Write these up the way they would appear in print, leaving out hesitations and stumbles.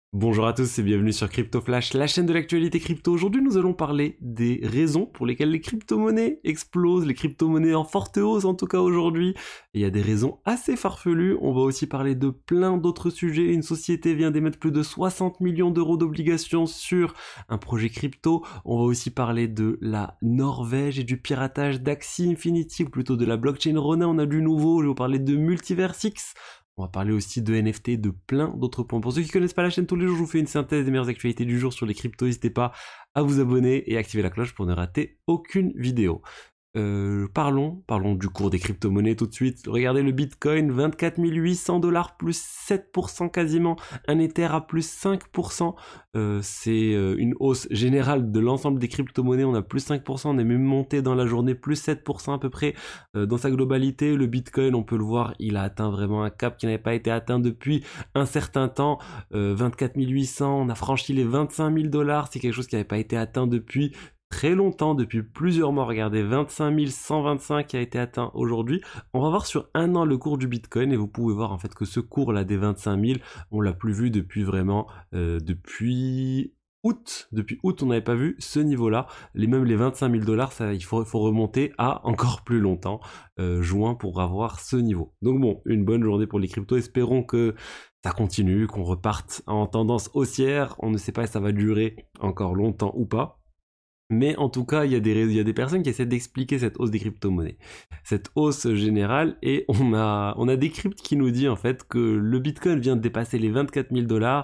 Bonjour à tous et bienvenue sur Crypto Flash, la chaîne de l'actualité crypto. Aujourd'hui, nous allons parler des raisons pour lesquelles les crypto-monnaies explosent, les crypto-monnaies en forte hausse en tout cas aujourd'hui. Et il y a des raisons assez farfelues. On va aussi parler de plein d'autres sujets. Une société vient d'émettre plus de 60 millions d'euros d'obligations sur un projet crypto. On va aussi parler de la Norvège et du piratage d'Axie Infinity, ou plutôt de la blockchain Ronin. On a du nouveau. Je vais vous parler de Multiversix. On va parler aussi de NFT, de plein d'autres points. Pour ceux qui ne connaissent pas la chaîne tous les jours, je vous fais une synthèse des meilleures actualités du jour sur les cryptos. N'hésitez pas à vous abonner et activer la cloche pour ne rater aucune vidéo. Parlons du cours des crypto-monnaies tout de suite. Regardez le Bitcoin, 24 800 $, plus 7% quasiment. Un Ether à plus 5%. C'est une hausse générale de l'ensemble des crypto-monnaies. On a plus 5%, on est même monté dans la journée, plus 7% à peu près dans sa globalité. Le Bitcoin, on peut le voir, il a atteint vraiment un cap qui n'avait pas été atteint depuis un certain temps. 24 800, on a franchi les 25 000 $. C'est quelque chose qui n'avait pas été atteint depuis très longtemps, depuis plusieurs mois. Regardez, 25 125 qui a été atteint aujourd'hui. On va voir sur un an le cours du Bitcoin et vous pouvez voir en fait que ce cours là des 25 000, on l'a plus vu depuis vraiment depuis août. Depuis août, on n'avait pas vu ce niveau-là. Même les 25 000 $, ça, il faut remonter à encore plus longtemps, juin, pour avoir ce niveau. Donc bon, une bonne journée pour les cryptos. Espérons que ça continue, qu'on reparte en tendance haussière. On ne sait pas si ça va durer encore longtemps ou pas. Mais en tout cas, il y a des personnes qui essaient d'expliquer cette hausse des crypto-monnaies. Cette hausse générale, et on a des cryptes qui nous disent en fait que le Bitcoin vient de dépasser les 24 000 $,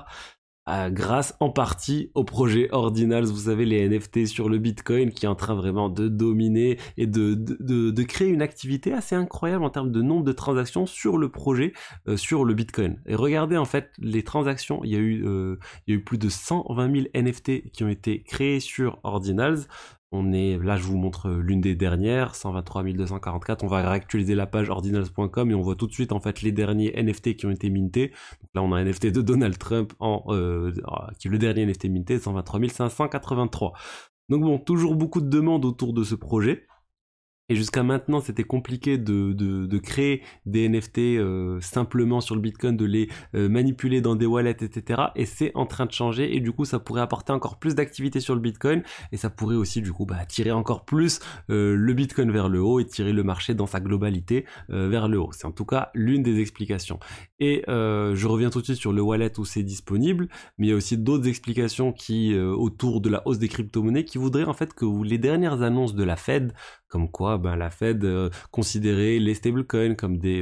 grâce en partie au projet Ordinals, vous savez, les NFT sur le Bitcoin, qui est en train vraiment de dominer et de créer une activité assez incroyable en termes de nombre de transactions sur le projet, sur le Bitcoin. Et regardez en fait les transactions, il y a eu plus de 120 000 NFT qui ont été créés sur Ordinals. Là, je vous montre l'une des dernières, 123 244. On va réactualiser la page ordinals.com et on voit tout de suite en fait les derniers NFT qui ont été mintés. Donc là, on a un NFT de Donald Trump qui est le dernier NFT minté, 123 583. Donc bon, toujours beaucoup de demandes autour de ce projet. Et jusqu'à maintenant, c'était compliqué de créer des NFT simplement sur le Bitcoin, de les manipuler dans des wallets, etc. Et c'est en train de changer. Et du coup, ça pourrait apporter encore plus d'activité sur le Bitcoin. Et ça pourrait aussi, du coup, tirer encore plus le Bitcoin vers le haut et tirer le marché dans sa globalité vers le haut. C'est en tout cas l'une des explications. Et je reviens tout de suite sur le wallet où c'est disponible. Mais il y a aussi d'autres explications autour de la hausse des crypto-monnaies qui voudraient en fait que les dernières annonces de la Fed, comme quoi la Fed considérait les stablecoins comme des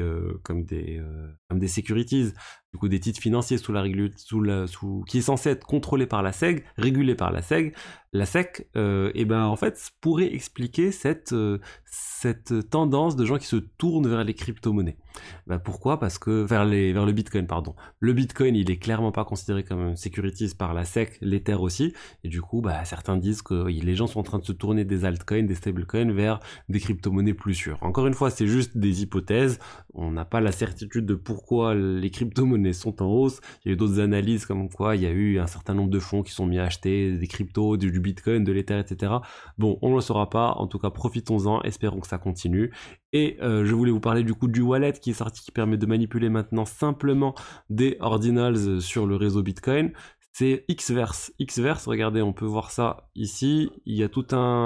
securities, du coup des titres financiers qui est censé être contrôlé par la SEC, régulé par la SEC. La SEC, en fait, pourrait expliquer cette tendance de gens qui se tournent vers les crypto-monnaies. Pourquoi ? Parce que vers le Bitcoin, pardon. Le Bitcoin, il est clairement pas considéré comme une securities par la SEC, l'Ether aussi, et du coup, certains disent que les gens sont en train de se tourner des altcoins, des stablecoins vers des crypto-monnaies plus sûres. Encore une fois, c'est juste des hypothèses. On n'a pas la certitude de pourquoi les crypto-monnaies sont en hausse. Il y a eu d'autres analyses comme quoi il y a eu un certain nombre de fonds qui sont mis à acheter des cryptos, du Bitcoin, de l'Ether, etc. Bon, on ne le saura pas. En tout cas, profitons-en. Espérons que ça continue. Et je voulais vous parler du coup du wallet qui est sorti, qui permet de manipuler maintenant simplement des ordinals sur le réseau Bitcoin. C'est Xverse. Xverse, regardez, on peut voir ça ici. Il y a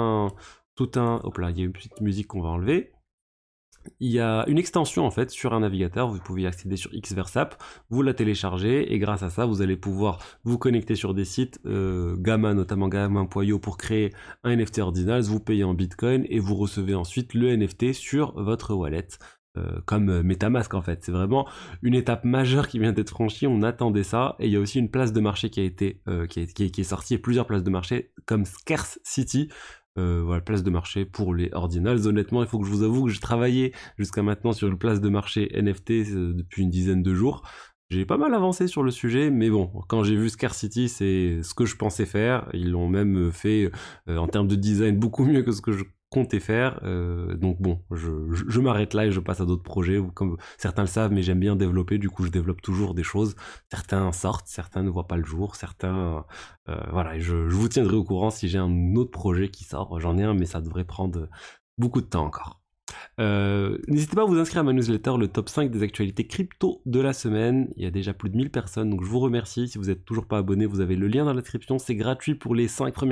hop là, il y a une petite musique qu'on va enlever. Il y a une extension en fait sur un navigateur, vous pouvez y accéder sur Xverse App, vous la téléchargez et grâce à ça vous allez pouvoir vous connecter sur des sites Gamma, notamment Gamma.io, pour créer un NFT Ordinals, vous payez en Bitcoin et vous recevez ensuite le NFT sur votre wallet. Comme MetaMask en fait, c'est vraiment une étape majeure qui vient d'être franchie, on attendait ça, et il y a aussi une place de marché qui est sortie, et plusieurs places de marché comme Scarcity. Place de marché pour les ordinals. Honnêtement, il faut que je vous avoue que j'ai travaillé jusqu'à maintenant sur une place de marché NFT depuis une dizaine de jours. J'ai pas mal avancé sur le sujet, mais bon, quand j'ai vu Scarcity, c'est ce que je pensais faire. Ils l'ont même fait en termes de design beaucoup mieux que ce que je comptais faire. Donc bon, je m'arrête là et je passe à d'autres projets. Comme certains le savent, mais j'aime bien développer, du coup je développe toujours des choses. Certains sortent, certains ne voient pas le jour, certains... et je vous tiendrai au courant si j'ai un autre projet qui sort. J'en ai un, mais ça devrait prendre beaucoup de temps encore. N'hésitez pas à vous inscrire à ma newsletter, le top 5 des actualités crypto de la semaine. Il y a déjà plus de 1000 personnes, donc je vous remercie. Si vous n'êtes toujours pas abonné, vous avez le lien dans la description. C'est gratuit pour les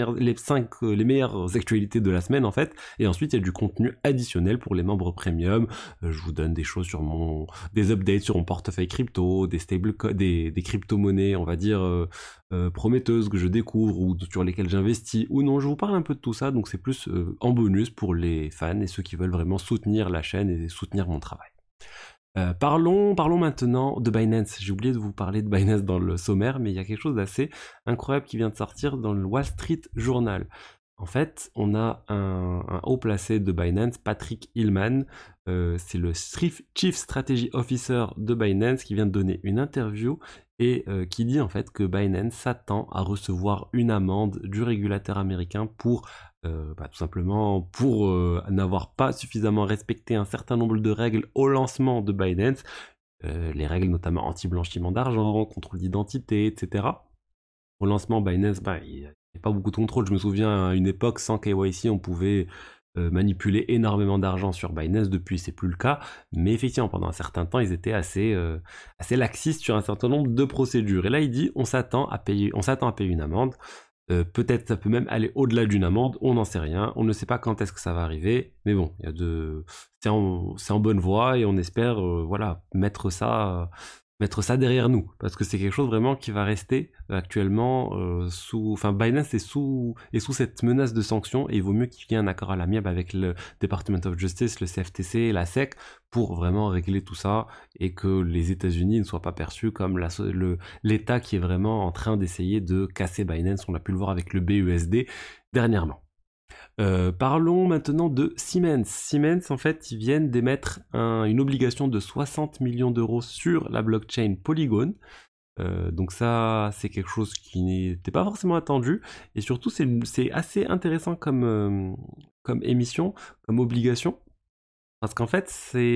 les meilleures actualités de la semaine en fait. Et ensuite, il y a du contenu additionnel pour les membres premium. Je vous donne des choses sur des updates sur mon portefeuille crypto, des crypto-monnaies, on va dire, prometteuses que je découvre ou sur lesquelles j'investis ou non. Je vous parle un peu de tout ça, donc c'est plus en bonus pour les fans et ceux qui veulent vraiment soutenir la chaîne et soutenir mon travail. Parlons maintenant de Binance. J'ai oublié de vous parler de Binance dans le sommaire, mais il y a quelque chose d'assez incroyable qui vient de sortir dans le Wall Street Journal. En fait, on a un haut placé de Binance, Patrick Hillman, c'est le Chief Strategy Officer de Binance qui vient de donner une interview et qui dit en fait que Binance s'attend à recevoir une amende du régulateur américain pour tout simplement pour n'avoir pas suffisamment respecté un certain nombre de règles au lancement de Binance, les règles notamment anti-blanchiment d'argent, contrôle d'identité, etc. Au lancement, Binance, il n'y a pas beaucoup de contrôle. Je me souviens, à une époque, sans KYC, on pouvait manipuler énormément d'argent sur Binance. Depuis, c'est plus le cas. Mais effectivement, pendant un certain temps, ils étaient assez laxistes sur un certain nombre de procédures. Et là, il dit, on s'attend à payer une amende. Peut-être ça peut même aller au-delà d'une amende, on n'en sait rien, on ne sait pas quand est-ce que ça va arriver, mais bon, c'est en bonne voie et on espère mettre ça derrière nous, parce que c'est quelque chose vraiment qui va rester actuellement Binance est sous cette menace de sanctions et il vaut mieux qu'il y ait un accord à l'amiable avec le Department of Justice, le CFTC, la SEC pour vraiment régler tout ça et que les États-Unis ne soient pas perçus comme l'État qui est vraiment en train d'essayer de casser Binance. On l'a pu le voir avec le BUSD dernièrement. Parlons maintenant de Siemens. Siemens, en fait, ils viennent d'émettre une obligation de 60 millions d'euros sur la blockchain Polygon. Donc ça, c'est quelque chose qui n'était pas forcément attendu. Et surtout, c'est assez intéressant comme émission, comme obligation. Parce qu'en fait,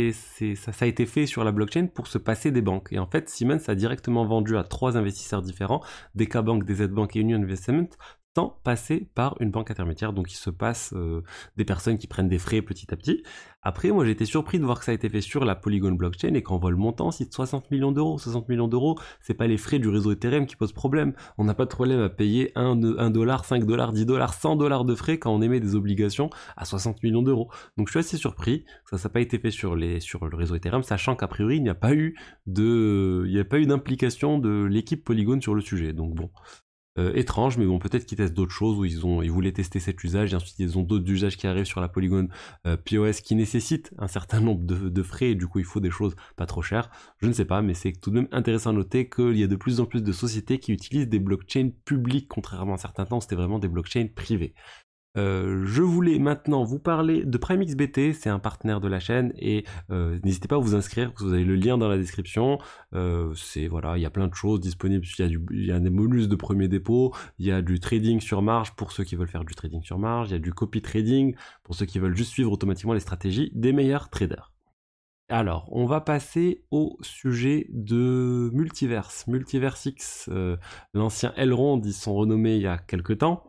ça a été fait sur la blockchain pour se passer des banques. Et en fait, Siemens a directement vendu à 3 investisseurs différents, DK Bank, DZ Bank et Union Investment, sans passer par une banque intermédiaire. Donc il se passe des personnes qui prennent des frais petit à petit. Après, moi j'ai été surpris de voir que ça a été fait sur la Polygon blockchain et qu'on voit le montant, c'est 60 millions d'euros. 60 millions d'euros, c'est pas les frais du réseau Ethereum qui posent problème. On n'a pas de problème à payer 1 dollar, 5 dollars, 10 dollars, 100 dollars de frais quand on émet des obligations à 60 millions d'euros. Donc je suis assez surpris que ça n'a pas été fait sur le réseau Ethereum, sachant qu'a priori il n'y a pas eu d'implication de l'équipe Polygon sur le sujet. Donc bon. Étrange, mais bon, peut-être qu'ils testent d'autres choses, ou ils voulaient tester cet usage, et ensuite ils ont d'autres usages qui arrivent sur la Polygon POS qui nécessitent un certain nombre de frais, et du coup il faut des choses pas trop chères. Je ne sais pas, mais c'est tout de même intéressant à noter qu'il y a de plus en plus de sociétés qui utilisent des blockchains publiques, contrairement à certains temps, c'était vraiment des blockchains privées. Je voulais maintenant vous parler de PrimeXBT, c'est un partenaire de la chaîne et n'hésitez pas à vous inscrire, vous avez le lien dans la description. Il y a plein de choses disponibles, il y a des bonus de premier dépôt, il y a du trading sur marge pour ceux qui veulent faire du trading sur marge, il y a du copy trading pour ceux qui veulent juste suivre automatiquement les stratégies des meilleurs traders. Alors, on va passer au sujet de Multiverse. Multiverse l'ancien Elrond, ils sont renommés il y a quelques temps.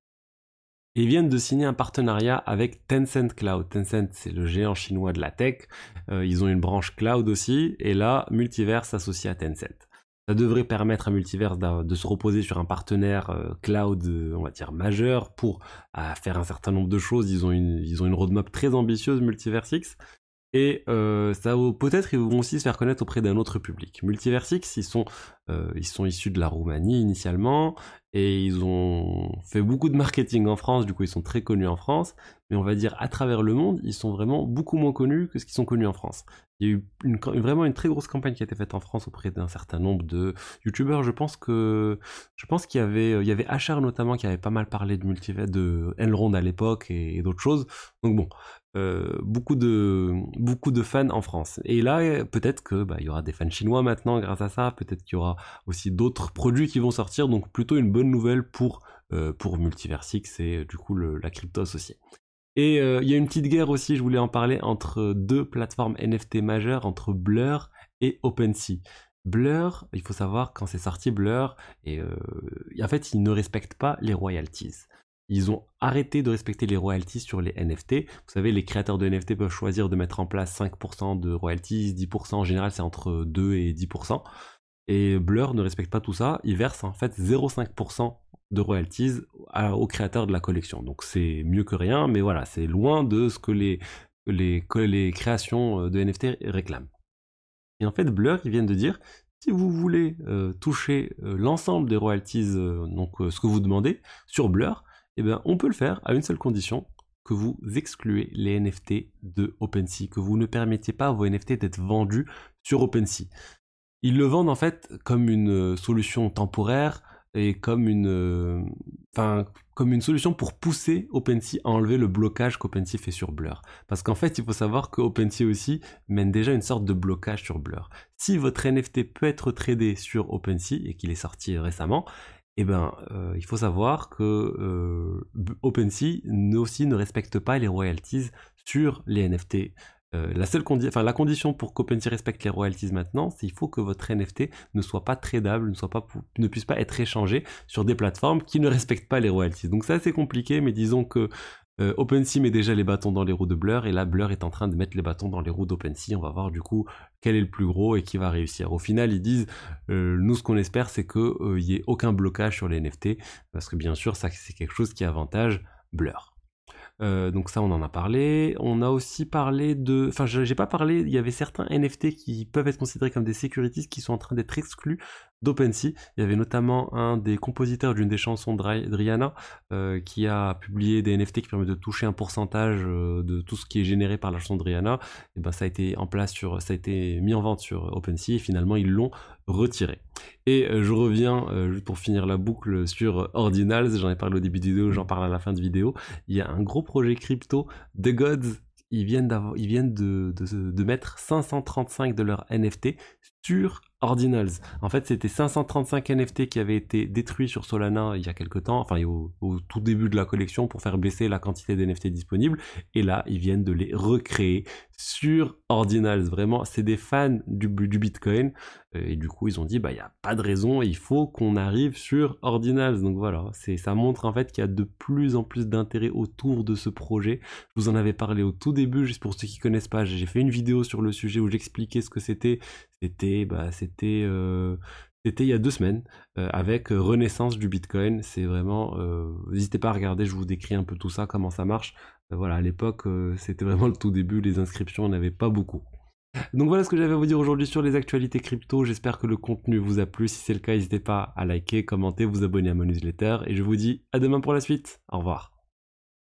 Et ils viennent de signer un partenariat avec Tencent Cloud. Tencent, c'est le géant chinois de la tech. Ils ont une branche cloud aussi. Et là, Multiverse s'associe à Tencent. Ça devrait permettre à Multiverse de se reposer sur un partenaire cloud, on va dire, majeur pour faire un certain nombre de choses. Ils ont une roadmap très ambitieuse, Multiversix. Et peut-être ils vont aussi se faire connaître auprès d'un autre public. Multiversix, ils sont issus de la Roumanie initialement, et ils ont fait beaucoup de marketing en France, du coup ils sont très connus en France, mais on va dire à travers le monde, ils sont vraiment beaucoup moins connus que ce qu'ils sont connus en France. Il y a eu vraiment une très grosse campagne qui a été faite en France auprès d'un certain nombre de youtubeurs. Je pense qu'il y avait HR notamment qui avait pas mal parlé de Elrond à l'époque et d'autres choses. Donc bon, beaucoup de fans en France. Et là, peut-être que il y aura des fans chinois maintenant grâce à ça. Peut-être qu'il y aura aussi d'autres produits qui vont sortir. Donc plutôt une bonne nouvelle pour Multiversix et du coup la crypto associée. Et il y a une petite guerre aussi, je voulais en parler, entre deux plateformes NFT majeures, entre Blur et OpenSea. Blur, il faut savoir, quand c'est sorti Blur, en fait, ils ne respectent pas les royalties. ils ont arrêté de respecter les royalties sur les NFT. Vous savez, les créateurs de NFT peuvent choisir de mettre en place 5% de royalties, 10%, en général c'est entre 2 et 10%. Et Blur ne respecte pas tout ça, il verse en fait 0,5% de royalties aux créateurs de la collection. Donc c'est mieux que rien, mais voilà, c'est loin de ce que les créations de NFT réclament. Et en fait, Blur, ils viennent de dire, si vous voulez toucher l'ensemble des royalties, ce que vous demandez, sur Blur, eh ben, on peut le faire à une seule condition, que vous excluez les NFT de OpenSea, que vous ne permettiez pas à vos NFT d'être vendus sur OpenSea. Ils le vendent en fait comme une solution temporaire et comme une solution pour pousser OpenSea à enlever le blocage qu'OpenSea fait sur Blur. Parce qu'en fait, il faut savoir que OpenSea aussi mène déjà une sorte de blocage sur Blur. Si votre NFT peut être tradé sur OpenSea et qu'il est sorti récemment, eh ben, il faut savoir que OpenSea aussi ne respecte pas les royalties sur les NFT. La condition pour qu'OpenSea respecte les royalties maintenant, c'est qu'il faut que votre NFT ne soit pas tradable, ne puisse pas être échangé sur des plateformes qui ne respectent pas les royalties. Donc c'est assez compliqué, mais disons que OpenSea met déjà les bâtons dans les roues de Blur, et là Blur est en train de mettre les bâtons dans les roues d'OpenSea. On va voir du coup quel est le plus gros et qui va réussir. Au final, ils disent, nous ce qu'on espère, c'est qu'il n'y ait aucun blocage sur les NFT, parce que bien sûr, ça c'est quelque chose qui avantage Blur. Donc ça on en a parlé. On a aussi parlé de... Enfin j'ai pas parlé, il y avait certains NFT qui peuvent être considérés comme des securities qui sont en train d'être exclus d'OpenSea. Il y avait notamment un des compositeurs d'une des chansons de Rihanna qui a publié des NFT qui permettent de toucher un pourcentage de tout ce qui est généré par la chanson de Rihanna. Et ben ça a été mis en vente sur OpenSea et finalement ils l'ont retiré. Et je reviens juste pour finir la boucle sur Ordinals. J'en ai parlé au début de vidéo, j'en parle à la fin de vidéo. Il y a un gros projet crypto, The Gods. Ils viennent de mettre 535 de leurs NFT sur Ordinals. En fait, c'était 535 NFT qui avaient été détruits sur Solana il y a quelques temps, enfin au tout début de la collection pour faire baisser la quantité d'NFT disponibles. Et là, ils viennent de les recréer sur Ordinals. Vraiment, c'est des fans du Bitcoin. Et du coup, ils ont dit, bah, il n'y a pas de raison, il faut qu'on arrive sur Ordinals. Donc voilà, ça montre en fait qu'il y a de plus en plus d'intérêt autour de ce projet. Je vous en avais parlé au tout début, juste pour ceux qui connaissent pas, j'ai fait une vidéo sur le sujet où j'expliquais ce que c'était. C'était il y a 2 semaines avec Renaissance du Bitcoin. C'est vraiment, n'hésitez pas à regarder, je vous décris un peu tout ça, comment ça marche. Voilà, à l'époque, c'était vraiment le tout début, les inscriptions, on n'avait pas beaucoup. Donc voilà ce que j'avais à vous dire aujourd'hui sur les actualités crypto. J'espère que le contenu vous a plu. Si c'est le cas, n'hésitez pas à liker, commenter, vous abonner à mon newsletter. Et je vous dis à demain pour la suite. Au revoir.